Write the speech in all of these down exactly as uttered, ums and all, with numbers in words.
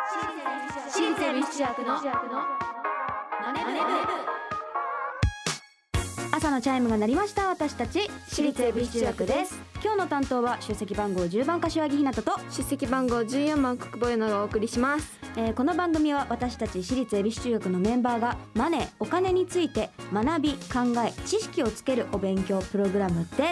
私立恵比寿中学のマネブ。朝のチャイムが鳴りました。私たち私立恵比寿中学です。今日の担当は出席番号じゅうばん柏木ひなたと出席番号じゅうよんばん国保ゆながお送りします。 えー、この番組は私たち私立恵比寿中学のメンバーがマネー、お金について学び、考え、知識をつけるお勉強プログラムです。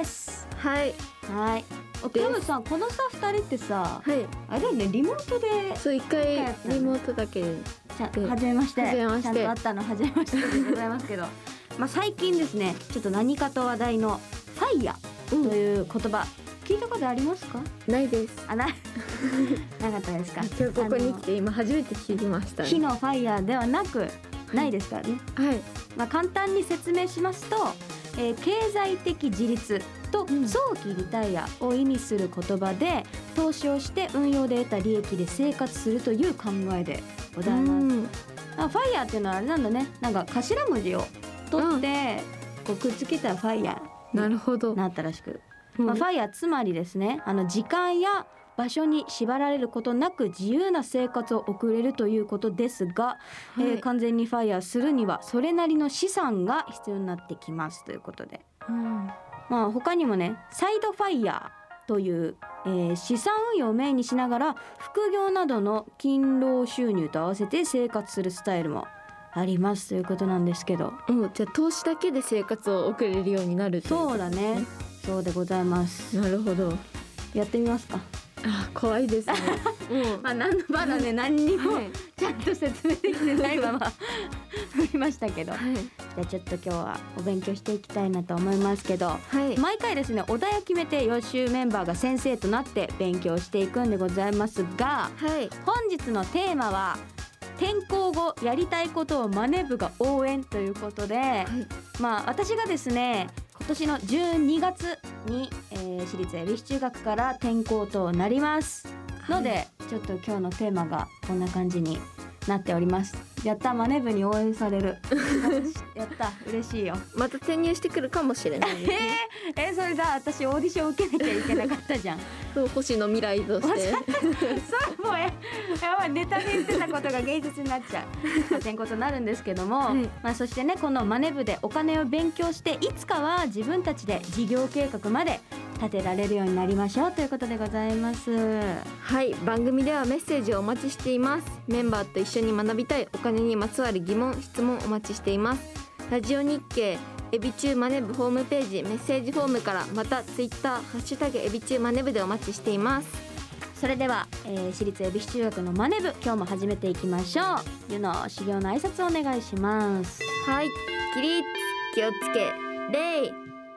はいはい。でもさ、このさふたりってさ、 はい、 あれだよね、リモートでそう一回リモートだけでちゃはじめましてはじめましてちゃんと会ったのはじめましてでございますけどまあ最近ですね、ちょっと何かと話題のファイヤーという言葉、うん、聞いたことありますか？ ないです。 あ、ななかったですか？ 今日ここに来て今初めて聞きました、ね、 火のファイヤーではなくないですからね。 はい、 まあ、簡単に説明しますと、えー、経済的自立と早期リタイアを意味する言葉で、投資をして運用で得た利益で生活するという考えでございます。あ、ファイヤーっていうのはあれなんだね、なんか頭文字を取ってこうくっつけたらファイヤーになったらしく、まあ、ファイヤーつまりですね、あの時間や場所に縛られることなく自由な生活を送れるということですが、はいえー、完全にファイヤーするにはそれなりの資産が必要になってきますということで、うんまあ、他にもね、サイドファイヤーという、えー、資産運用をメインにしながら副業などの勤労収入と合わせて生活するスタイルもありますということなんですけど、 うん、じゃあ投資だけで生活を送れるようになるということそうだね、そうでございます。 なるほど、 やってみますか？ あ、怖いですねうん、まあ何のまだね、何にもちゃんと説明できてないまま振りましたけど、はい、じゃあちょっと今日はお勉強していきたいなと思いますけど、はい、毎回ですねお題を決めて予習メンバーが先生となって勉強していくんでございますが、はい、本日のテーマは転校後やりたいことをマネ部が応援ということで、はい、まあ私がですね今年のじゅうにがつに、えー、私立恵比寿中学から転校となりますので、はい、ちょっと今日のテーマがこんな感じになっております。やった、マネ部に応援されるやった、嬉しいよ。 また転入してくるかもしれないですねえー、えー、それだ、私オーディション受けなきゃいけなかったじゃんそう星の未来としてそれもうやばい、ネタで言ってたことが現実になっちゃう転校となるんですけども、はい、まあ、そしてね、このマネ部でお金を勉強していつかは自分たちで事業計画まで立てられるようになりましょうということでございます。 はい、番組ではメッセージをお待ちしています。メンバーと一緒に学びたいお金にまつわる疑問、質問お待ちしています。ラジオ日経エビチューマネ部ホームページメッセージフォームから、またツイッターハッシュタグエビチューマネ部でお待ちしています。 それでは、えー、私立恵比寿中学のマネ部、今日も始めていきましょう。ゆの修行の挨拶をお願いします。 はい、起立、気をつけ、礼。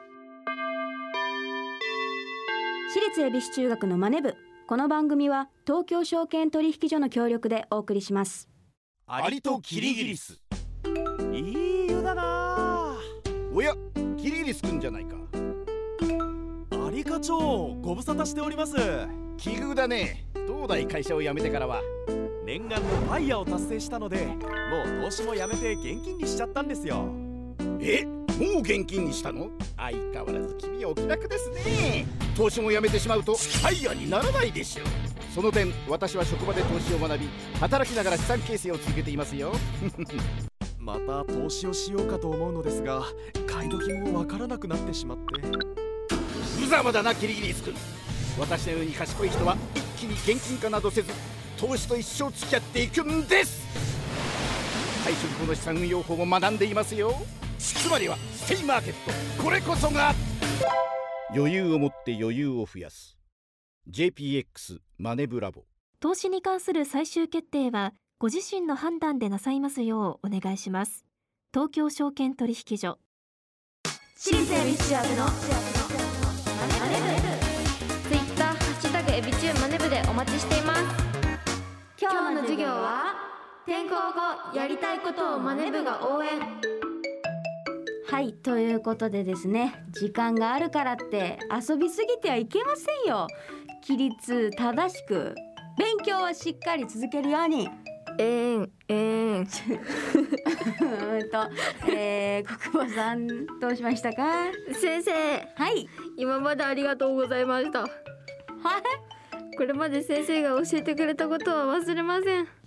私立恵比寿中学のマネ部、この番組は東京証券取引所の協力でお送りします。 アリとキリギリス、いい湯だな。 おや、キリギリスくんじゃないか。 アリ課長、ご無沙汰しております。 奇遇だね。どうだい、会社を辞めてからは。 念願のファイヤーを達成したので、もう投資もやめて現金にしちゃったんですよ。 え、もう現金にしたの？相変わらず君はお気楽ですね。投資もやめてしまうとファイヤーにならないでしょう。その点、私は職場で投資を学び、働きながら資産形成を続けていますよまた投資をしようかと思うのですが、買い時もわからなくなってしまって。 無様だな、キリギリス君。私のように賢い人は一気に現金化などせず、投資と一生付き合っていくんです。退職後の資産運用法も学んでいますよ。つまりはステイマーケット、これこそが余裕を持って余裕を増やす ジェーピーエックス マネブラボ。 投資に関する最終決定はご自身の判断でなさいますようお願いします。東京証券取引所。 私立恵比寿中学のマネ部、ツイッターハッシュタグエビチューマネ部でお待ちしています。 今日の授業は転校後やりたいことをマネ部が応援。はい、ということでですね、時間があるからって遊びすぎてはいけませんよ。規律正しく、勉強はしっかり続けるように。 えーんえーんうんと、えー、国母さんどうしましたか？ 先生、 はい、 今までありがとうございました。 はい、 これまで先生が教えてくれたことは忘れません。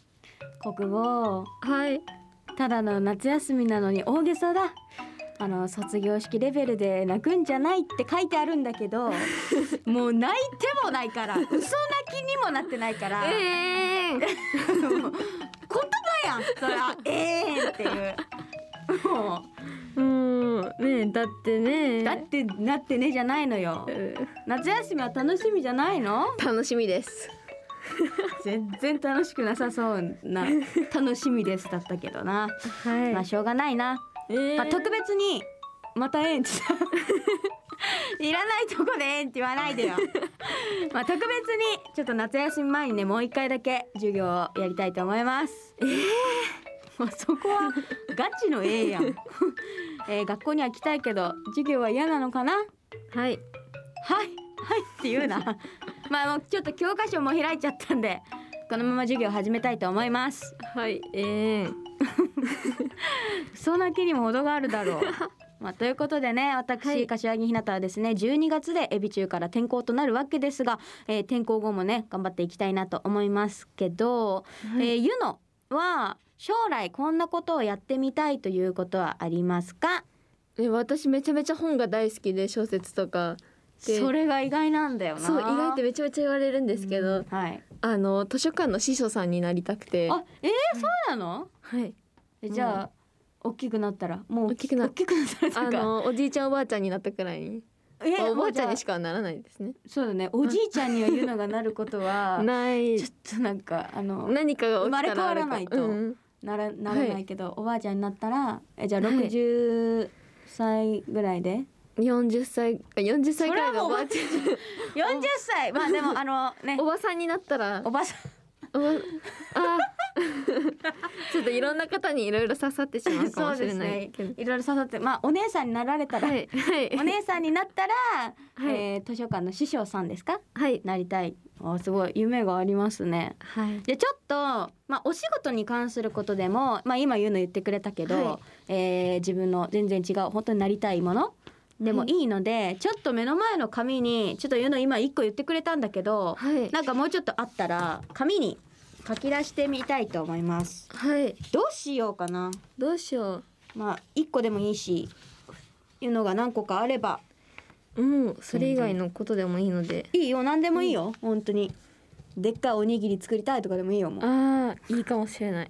国語はいただの夏休みなのに大げさだ。あの卒業式レベルで泣くんじゃないって書いてあるんだけどもう泣いてもないから嘘泣きにもなってないからえー、 言葉やんそれはえーんっていうもうんねえだってねうだってなってねじゃないのよ。 うん夏休みは楽しみじゃないの？ 楽しみです。 全然楽しくなさそうな楽しみですだったけどな。 はい、 まあしょうがないな。 えーまあ、特別にまたえんっていらないとこでえんって言わないでよまあ特別にちょっと夏休み前にねもう一回だけ授業をやりたいと思います。えー、まあそこはガチのええやん、えー、学校には来たいけど授業は嫌なのかな。 はいはいはいって言うなまあもうちょっと教科書も開いちゃったんでこのまま授業を始めたいと思います。 はいえーそんな気にも程があるだろうまあ、ということでね私、はい、柏木ひなたはですねじゅうにがつでエビ中から転校となるわけですが、えー、転校後もね頑張っていきたいなと思いますけど、はい、えー、ゆのは将来こんなことをやってみたいということはありますか？ え私めちゃめちゃ本が大好きで小説とかでそれが意外なんだよな。 そう意外ってめちゃめちゃ言われるんですけど、 うん、はい、 あの図書館の司書さんになりたくて。 あえー、そうなの？ はいえじゃあ、うん、大きくなったらもう大きくな大きくなったらあのおじいちゃんおばあちゃんになったくらいにえおばあちゃんにしかならないですね。 そうだねおじいちゃんには言うのがなることはないちょっとなんかあの何かが起きたら生まれ変わらないと、うん、ならならないけど、はい、おばあちゃんになったらえじゃあろくじゅっさいぐらいで、はいよんじゅっさいよんじゅっさいぐらいのおばあちゃんよんじゅっさいまあでもあのねおばさんになったらおばさんおばあちょっといろんな方にいろいろ刺さってしまうかもしれないけど、 ね、いろいろ刺さってまあお姉さんになられたら、はいはい、お姉さんになったら、はい、えー、図書館の師匠さんですか、はい、なりたい。あすごい夢がありますね、はい、でちょっと、まあ、お仕事に関することでも、まあ、今言うの言ってくれたけど、はい、えー、自分の全然違う本当になりたいものでもいいので、はい、ちょっと目の前の紙にちょっと言うの今一個言ってくれたんだけど、はい、なんかもうちょっとあったら紙に書き出してみたいと思います。はい。どうしようかな。 どうしよう。まあ一個でもいいし、いうのが何個かあれば、 うん、それ以外のことでもいいので。 いいよ、何でもいいよ、うん、本当に。でっかいおにぎり作りたいとかでもいいよもう。 ああ、いいかもしれない。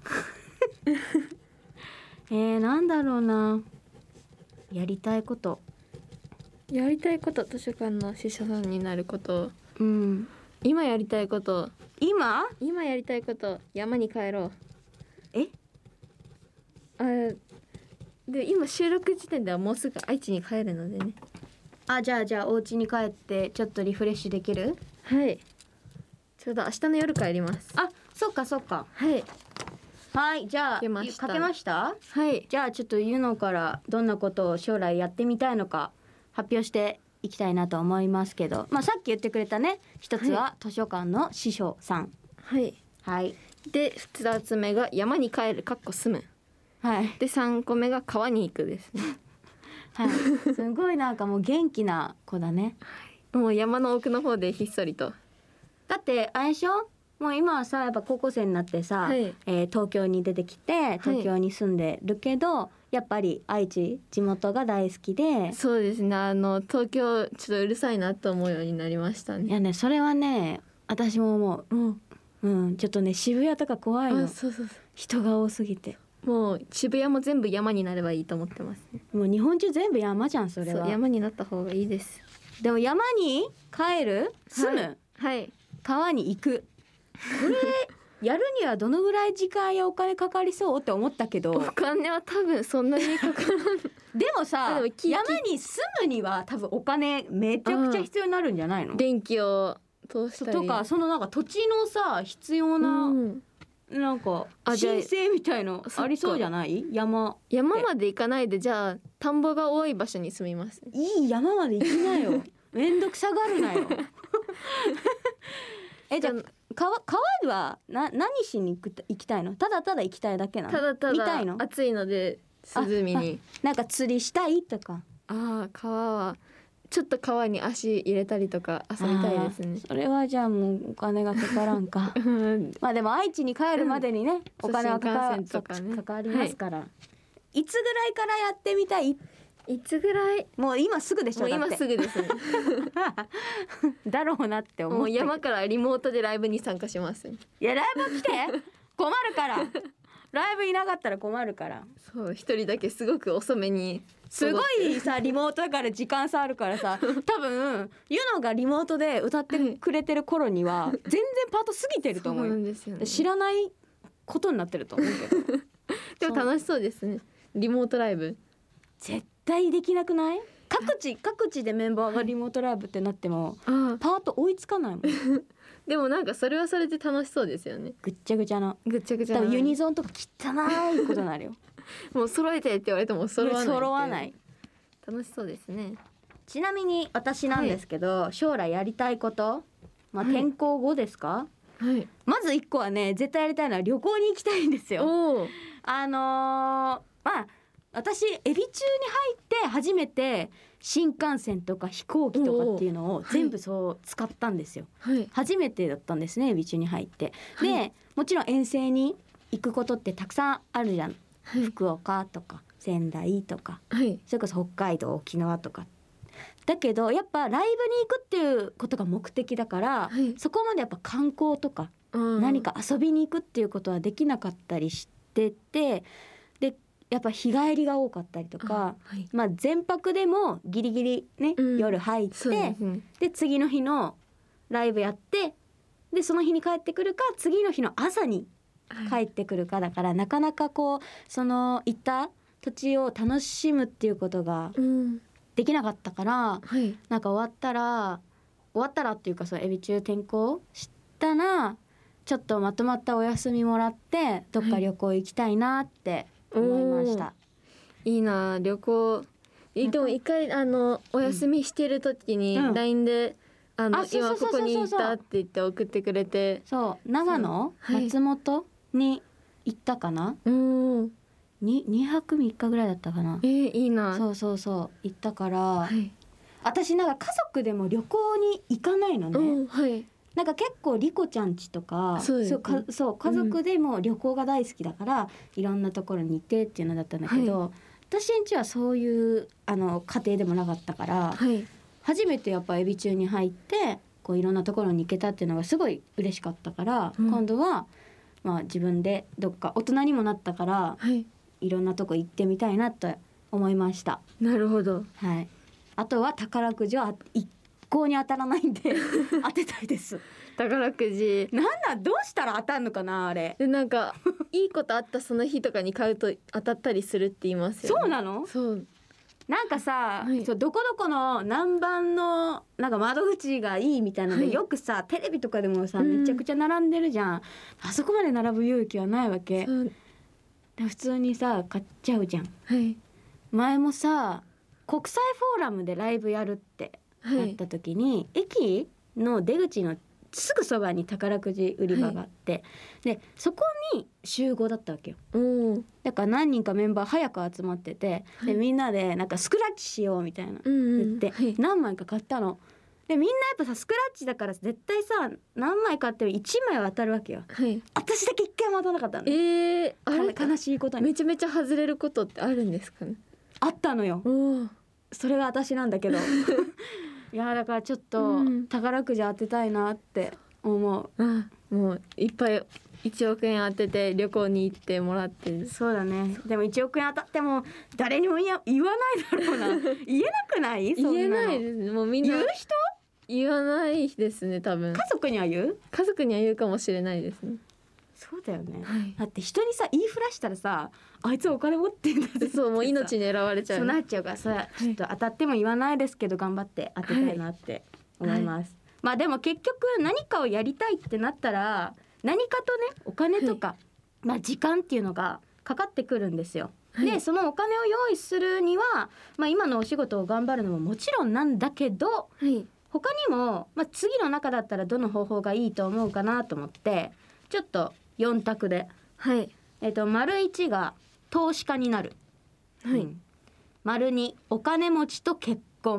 えー、なんだろうな。やりたいこと。 やりたいこと、図書館の司書さんになること。 うん。 今やりたいこと。 今今やりたいこと、山に帰ろう。 えあで今収録時点ではもうすぐ愛知に帰るのでね。 あじゃあじゃあお家に帰ってちょっとリフレッシュできる？ はい、ちょうど明日の夜帰ります。 あそっかそっか。 はいはいじゃあ書けました？ はいじゃあちょっとゆのからどんなことを将来やってみたいのか発表していきたいなと思いますけど、まあ、さっき言ってくれたね一つは図書館の司書さん。 はいはいでふたつめが山に帰るかっこ住む。 はいでさんこめが川に行くですね。 はい、すごいなんかもう元気な子だね。 もう山の奥の方でひっそりと。 だってあれでしょもう今はさやっぱ高校生になってさ、はい、えー、東京に出てきて東京に住んでるけど、はい、やっぱり愛知地元が大好きで。 そうですねあの東京ちょっとうるさいなと思うようになりましたね。 いやねそれはね私も思う、うんうん、ちょっとね渋谷とか怖いの。 そうそうそう人が多すぎてもう渋谷も全部山になればいいと思ってますね。 もう日本中全部山じゃんそれは。 そう山になった方がいいです。 でも山に帰る住む、 はい、はい、 川に行くこれやるにはどのぐらい時間やお金かかりそうって思ったけどお金は多分そんなにかからないでもさでも山に住むには多分お金めちゃくちゃ必要になるんじゃないの？ 電気を通したりとかそのなんか土地のさ必要な、うん、なんか申請みたいのありそうじゃない？山山まで行かないでじゃあ田んぼが多い場所に住みます、ね、 いい山まで行きなよめんどくさがるなよえじゃあ川, 川はな何しに行く行きたいの？ただただ行きたいだけなの？ ただただ見たいの？ 暑いので涼みになんか釣りしたいとか。 ああ川はちょっと川に足入れたりとか遊びたいですね。 それはじゃあもうお金がかからんかまあでも愛知に帰るまでにね、うん、お金はかか、 新幹線とかね、 かかりますから、はい、いつぐらいからやってみたい？ いつぐらい？ もう今すぐでしょ。 もう今すぐですねだろうなって思って、 もう山からリモートでライブに参加します。 いやライブ来て困るからライブいなかったら困るから。 そう一人だけすごく遅めに、 すごいさリモートだから時間差あるからさ多分ユノがリモートで歌ってくれてる頃には全然パート過ぎてると思うよ。 そうなんですよね、 知らないことになってると思うけどでも楽しそうですね、リモートライブ。 絶対できなくない？各地各地でメンバーがリモートライブってなってもパート追いつかないもんでもなんかそれはそれで楽しそうですよね。 ぐっちゃぐちゃな、 ぐっちゃぐちゃな。 多分ユニゾンとか汚いことになるよもう揃えてって言われても揃わない。 揃わない。 楽しそうですね。 ちなみに私なんですけど、はい、将来やりたいこと、まあ、 はい、 転校後ですか、はい、まず一個はね絶対やりたいのは旅行に行きたいんですよ。おあのー、まあ私エビ中に入って初めて新幹線とか飛行機とかっていうのを全部そう使ったんですよ、はい、初めてだったんですねエビ中に入って、はい、でもちろん遠征に行くことってたくさんあるじゃん、はい、福岡とか仙台とか、はい、それこそ北海道沖縄とかだけどやっぱライブに行くっていうことが目的だから、はい、そこまでやっぱ観光とか何か遊びに行くっていうことはできなかったりしてて、でやっぱ日帰りが多かったりとか、はい、まあ全泊でもギリギリね、うん、夜入って で,、ね、で次の日のライブやってでその日に帰ってくるか次の日の朝に帰ってくるかだから、はい、なかなかこうその行った土地を楽しむっていうことができなかったから、うんはい、なんか終わったら終わったらっていうかそのエビ中転校したらちょっとまとまったお休みもらってどっか旅行行きたいなって思いました、はい、 いいな旅行。でも一回あのお休みしてる時に ライン で、うん、あの今ここに行ったって言って送ってくれて、 そう長野、はい、松本に行ったかな、うんににはくみっかぐらいだったかな。 えー、いいな。 そうそうそう行ったから、はい、私なんか家族でも旅行に行かないのね、うんはい、なんか結構リコちゃんちとかそう、そうかそう家族でも旅行が大好きだから、うん、いろんなところに行ってっていうのだったんだけど、はい、私んちはそういうあの家庭でもなかったから、はい、初めてやっぱエビ中に入ってこういろんなところに行けたっていうのがすごい嬉しかったから、うん、今度は、まあ、自分でどっか大人にもなったから、はいいろんなとこ行ってみたいなと思いました。 なるほど、 はい、あとは宝くじは一向に当たらないんで当てたいです宝くじなんだどうしたら当たるのかなあれでなんかいいことあったその日とかに買うと当たったりするって言いますよね。 そうなの？ そうなんかさ、はい、そうどこどこの何番のなんか窓口がいいみたいなので、はい、よくさテレビとかでもさめちゃくちゃ並んでるじゃん、うん、あそこまで並ぶ勇気はないわけ。普通にさ買っちゃうじゃん、はい、前もさ国際フォーラムでライブやるってなった時に、はい、駅の出口のすぐそばに宝くじ売り場があって、はい、でそこに集合だったわけよ。だから何人かメンバー早く集まってて、はい、でみんなでなんかスクラッチしようみたいな言って、うんうんはい、何枚か買ったの。でみんなやっぱさスクラッチだから絶対さ何枚買ってもいちまいは当たるわけよ、はい、私だけ一回も当たらなかったの。えー、あれ悲しいことにめちゃめちゃ外れることってあるんですかね。 あったのよ。それが私なんだけどいやだからちょっと宝くじ当てたいなって思う、うん、 あもういっぱいいちおくえん当てて旅行に行ってもらって。 そうだね。でもいちおくえん当たっても誰にも言わないだろうな言えなくない？そんなの言えないですね。もうみんな言う人言わないですね多分。 家族には言う？ 家族には言うかもしれないですね。 そうだよね、はい、だって人にさ言いふらしたらさあいつお金持ってんだってそうもう命狙われちゃう。 そうなっちゃうからさ、はい、ちょっと当たっても言わないですけど頑張って当てたいなって思います、はいはい、まあでも結局何かをやりたいってなったら何かとねお金とか、はい、まあ時間っていうのがかかってくるんですよ、はい、でそのお金を用意するには、まあ、今のお仕事を頑張るのももちろんなんだけど、はい、他にも、まあ、次の中だったらどの方法がいいと思うかなと思ってちょっとよん択で、はいえーと、丸いちが投資家になる、はいうん、丸にお金持ちと結婚、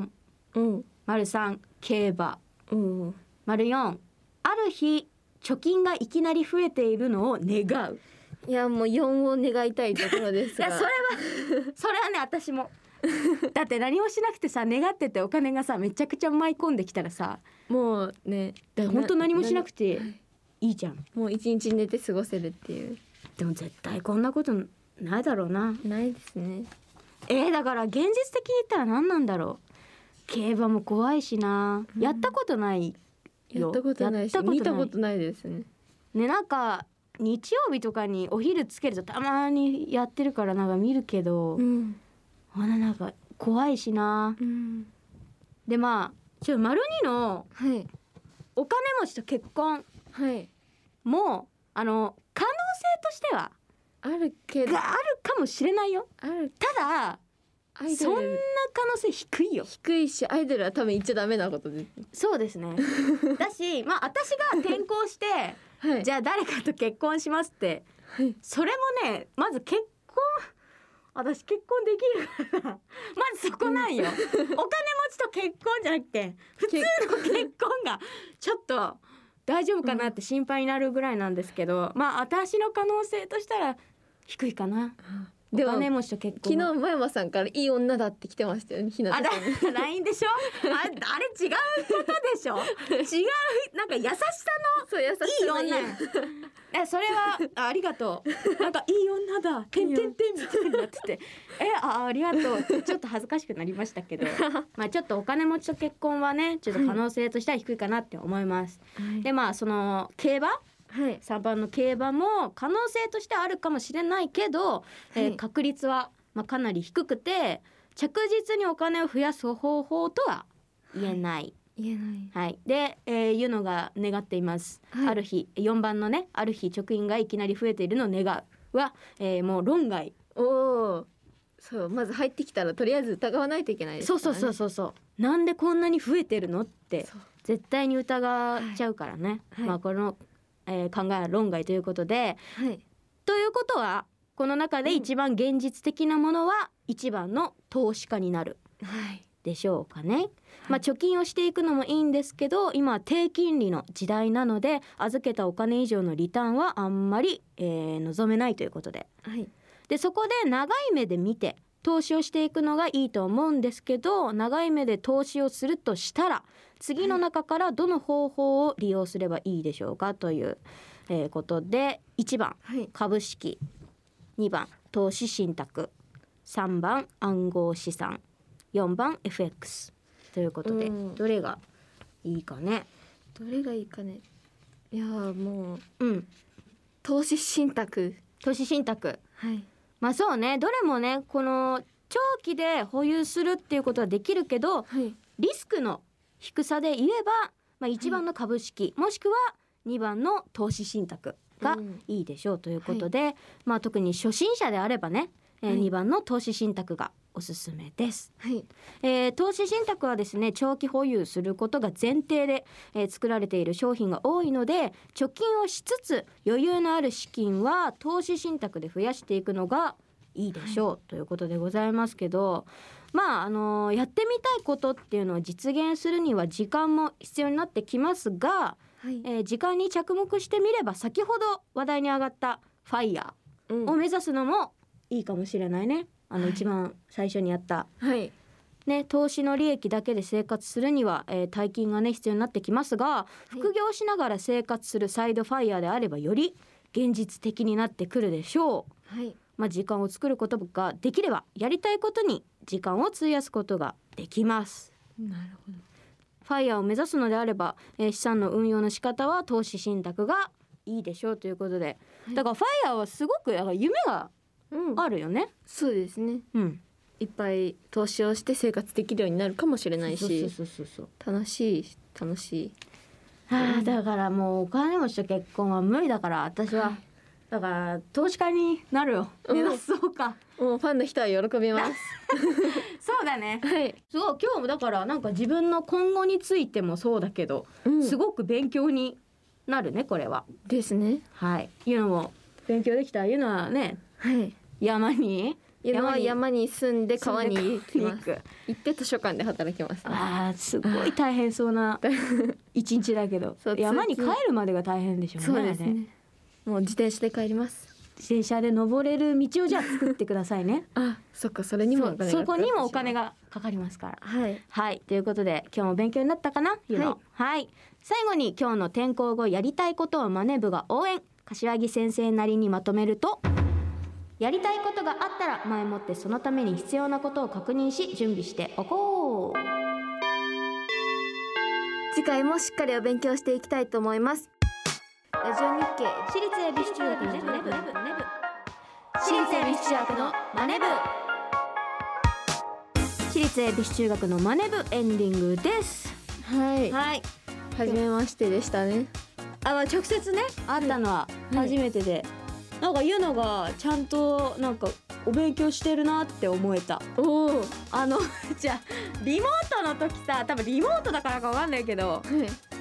うん丸さん競馬、 うん丸よんある日貯金がいきなり増えているのを願う。 いやもうよんを願いたいところですがいやそれはそれはね私もだって何もしなくてさ願っててお金がさめちゃくちゃ舞い込んできたらさもうねだから本当何もしなくていいじゃん。 もう一日寝て過ごせるっていう。 でも絶対こんなことないだろうな。 ないですね。 えー、だから現実的に言ったら何なんだろう。競馬も怖いしな、うん、やったことないよ。 やったことないし見たことないですね。 ね、なんか日曜日とかにお昼つけるとたまにやってるからなんか見るけど、うん、あらなんか怖いしな、うん、でまあちょ丸にのお金持ちと結婚も、はい、あの可能性としてはあるけどがあるかもしれないよ。 あるただそんな可能性低いよ。 低いしアイドルは多分言っちゃダメなことです。 そうですねだしまあ私が転校して、はい、じゃあ誰かと結婚しますって、はい、それもねまず結婚私結婚できるからまずそこないよお金持ちと結婚じゃなくて普通の結婚がちょっと大丈夫かなって心配になるぐらいなんですけど、うん、まあ私の可能性としたら低いかな、うんお金持ちと結婚。 昨日真山さんからいい女だって来てましたよね。ひなたさんに ライン でしょあれ、あれ違うことでしょ違うなんか優しさのそう優しさいい女えそれは あ, ありがとうなんかいい女だてんてんてんみたいになっててえ あ, ありがとうちょっと恥ずかしくなりましたけどまあちょっとお金持ちと結婚はねちょっと可能性としては低いかなって思います、はい、でまあその競馬はい、さんばんの競馬も可能性としてあるかもしれないけど、はいえー、確率は、まあ、かなり低くて着実にお金を増やす方法とは言えない、はい、 言えない、 はい、で、えー、いうのが願っています、はい、ある日よんばんのねある日貯金がいきなり増えているのを願うは、えー、もう論外。 おそうまず入ってきたらとりあえず疑わないといけないですからね。 そうそうそうそうなんでこんなに増えてるのって絶対に疑っちゃうからね、はい、まあこのえー、考えは論外ということで、はい、ということはこの中で一番現実的なものはいちばんの投資家になる、はい、でしょうかね、はいまあ、貯金をしていくのもいいんですけど今は低金利の時代なので預けたお金以上のリターンはあんまり、えー、望めないということで、はい、でそこで長い目で見て投資をしていくのがいいと思うんですけど長い目で投資をするとしたら次の中からどの方法を利用すればいいでしょうかという、えー、ことでいちばん、はい、株式にばん投資信託さんばん暗号資産よんばん エフエックス ということでどれがいいかね。 どれがいいかね。いやもう、うん、投資信託投資信託はいまあそうねどれもねこの長期で保有するっていうことはできるけど、はい、リスクの低さで言えば、まあ、いちばんの株式、はい、もしくはにばんの投資信託がいいでしょうということで、うんはいまあ、特に初心者であればね、えーはい、にばんの投資信託がおすすめです、はいえー、投資信託はですね長期保有することが前提で、えー、作られている商品が多いので貯金をしつつ余裕のある資金は投資信託で増やしていくのがいいでしょう、はい、ということでございますけどまああのー、やってみたいことっていうのを実現するには時間も必要になってきますが、はいえー、時間に着目してみれば先ほど話題に上がったファイヤーを目指すのもいいかもしれないね。あの一番最初にやった、はいね、投資の利益だけで生活するには、えー、大金がね必要になってきますが、はい、副業しながら生活するサイドファイヤーであればより現実的になってくるでしょう、はいまあ、時間を作ることができればやりたいことに時間を費やすことができます。 なるほど。 ファイヤーを目指すのであれば、えー、資産の運用の仕方は投資信託がいいでしょうということで、はい、だからファイヤーはすごくだから夢があるよね、うん、 そうですね、うん、いっぱい投資をして生活できるようになるかもしれないしそうそうそうそう楽しい楽しいあ、うん、だからもうお金持ちと結婚は無理だから私は、はい、だから投資家になるよ目指そうか、 うん、もうファンの人は喜びますそうだね、 はい、 そう今日もだからなんか自分の今後についてもそうだけど、うん、すごく勉強になるねこれはですね。 はいいうのも勉強できたいうのはね、 はい、 山に山は山に住んで川に行きます。 行く行って図書館で働きます、ね、 あーすごい大変そうな一日だけど山に帰るまでが大変でしょうね。 そうですね。もう自転車で帰ります。 自転車で登れる道をじゃあ作ってくださいねあ、そっか、それにもお金がそこにもお金がかかりますから。 はいはいということで今日も勉強になったかなゆの、はい、はい、最後に今日の転校後やりたいことをマネ部が応援。柏木先生なりにまとめると、やりたいことがあったら前もってそのために必要なことを確認し準備しておこう。 次回もしっかりお勉強していきたいと思います。ラジオ日経私立恵比寿中学のマネ部私立恵比寿中学のマネ部私立恵比寿中学のマネ部エンディングです。 はい、 はい、 初めましてでしたね。 あ、まあ、直接ね会ったのは初めてで、はい、なんかゆのがちゃんとなんかお勉強してるなって思えた。 おお、 あのじゃあリモートの時さ、多分リモートだからかわかんないけど、 はい、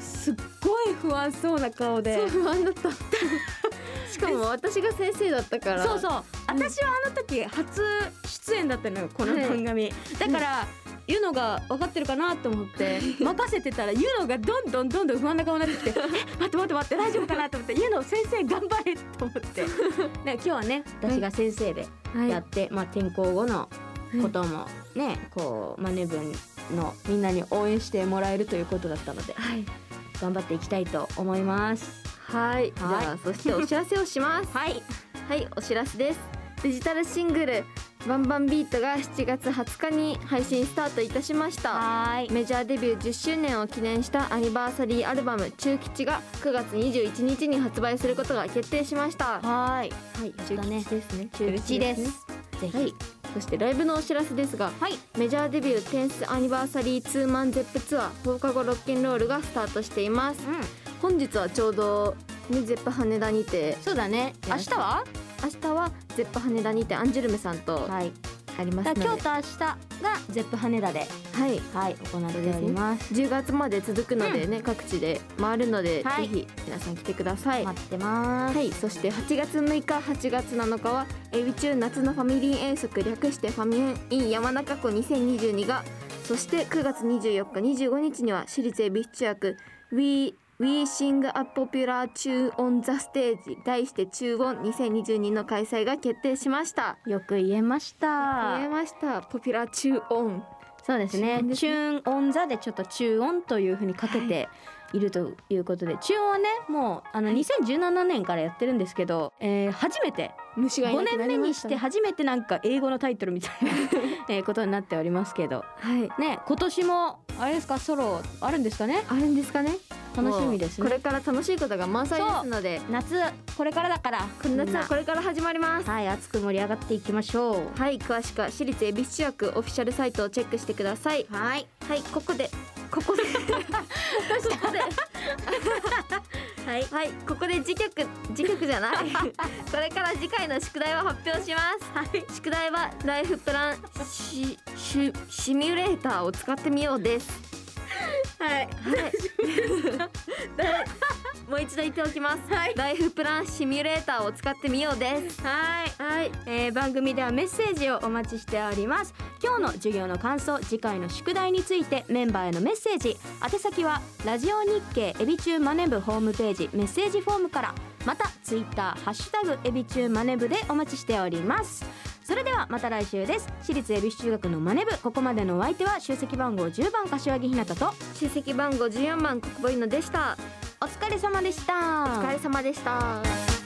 すっごい不安そうな顔で。 そう、不安だったしかも私が先生だったから。 そうそう、私はあの時初出演だったのよこの番組、はい、だから、うん、ゆのが分かってるかなと思って任せてたらゆのがどんどんどんどん不安な顔になってきてえ待って待って待って大丈夫かなと思ってゆの先生頑張れと思ってで今日はね私が先生でやって、はい、まあ、転校後のこともね、はい、こうマネ部のみんなに応援してもらえるということだったので、はい、頑張っていきたいと思います。 はい、はい、じゃあそしてお知らせをしますはいはい、お知らせです。デジタルシングルバンバンビートがしちがつはつかに配信スタートいたしました。 はい、 メジャーデビューじゅっしゅうねんを記念したアニバーサリーアルバム中吉がくがつにじゅういちにちに発売することが決定しました。 はい、 はい、中吉ですね。 中吉です。ぜひ、 はい、そしてライブのお知らせですが、はい、メジャーデビューテンスアニバーサリーツーマンゼップツアー放課後ロッケンロールがスタートしています。うん、本日はちょうど、ね、ゼップ羽田にて。 そうだね。明日は明日はゼップ羽田にてアンジュルムさんと、はい、ありますので、 今日と明日がゼップ羽田で、 はいはい、行っております。 じゅうがつまで続くのでね、うん、各地で回るので、 はい、 ぜひ皆さん来てください。 待ってます。 はい、そしてはちがつむいかはちがつなのかはエビ中夏のファミリー遠足略してファミエン in 山中湖にせんにじゅうにが、そしてくがつにじゅうよっかにじゅうごにちには私立恵比寿中学 We We Sing a Popular Tune on the Stage 題して中音にせんにじゅうにの開催が決定しました。 よく言えました。 言えました。ポピュラー中音。 そうですね。チューンオンザでちょっと中音というふうにかけているということで、はい、中音はねもうあのにせんじゅうななねんからやってるんですけど、えー、初めて虫がいなくなりましたね。ごねんめにして初めてなんか英語のタイトルみたいなえーことになっておりますけど、 はいね、今年もあれですか、ソロあるんですかね。 あるんですかね。 楽しみですね。 これから楽しいことが満載ですので、 夏これからだから、 この夏はこれから始まります。 はい、熱く盛り上がっていきましょう。 はい、詳しくは私立恵比寿中学オフィシャルサイトをチェックしてください。 はいはい、ここでここでここではい、はい、ここで次曲次曲じゃないこれから次回の宿題を発表します。はい、宿題はライフプランシシシミュレーターを使ってみようです。はい、はいもう一度言っておきます、はい、ライフプランシミュレーターを使ってみようです。 はい、はい、えー、番組ではメッセージをお待ちしております。今日の授業の感想、次回の宿題についてメンバーへのメッセージ、宛先はラジオ日経エビチューマネ部ホームページメッセージフォームから、またツイッターハッシュタグエビチューマネ部でお待ちしております。それではまた来週です。私立恵比寿中学のマネ部、ここまでのお相手は出席番号じゅうばん柏木ひなたと出席番号じゅうよんばん国母いのでした。 お疲れ様でした。お疲れ様でした。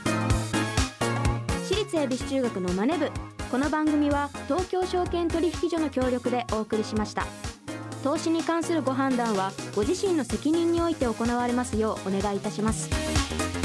私立恵比寿中学のマネ部、この番組は東京証券取引所の協力でお送りしました。投資に関するご判断はご自身の責任において行われますようお願いいたします。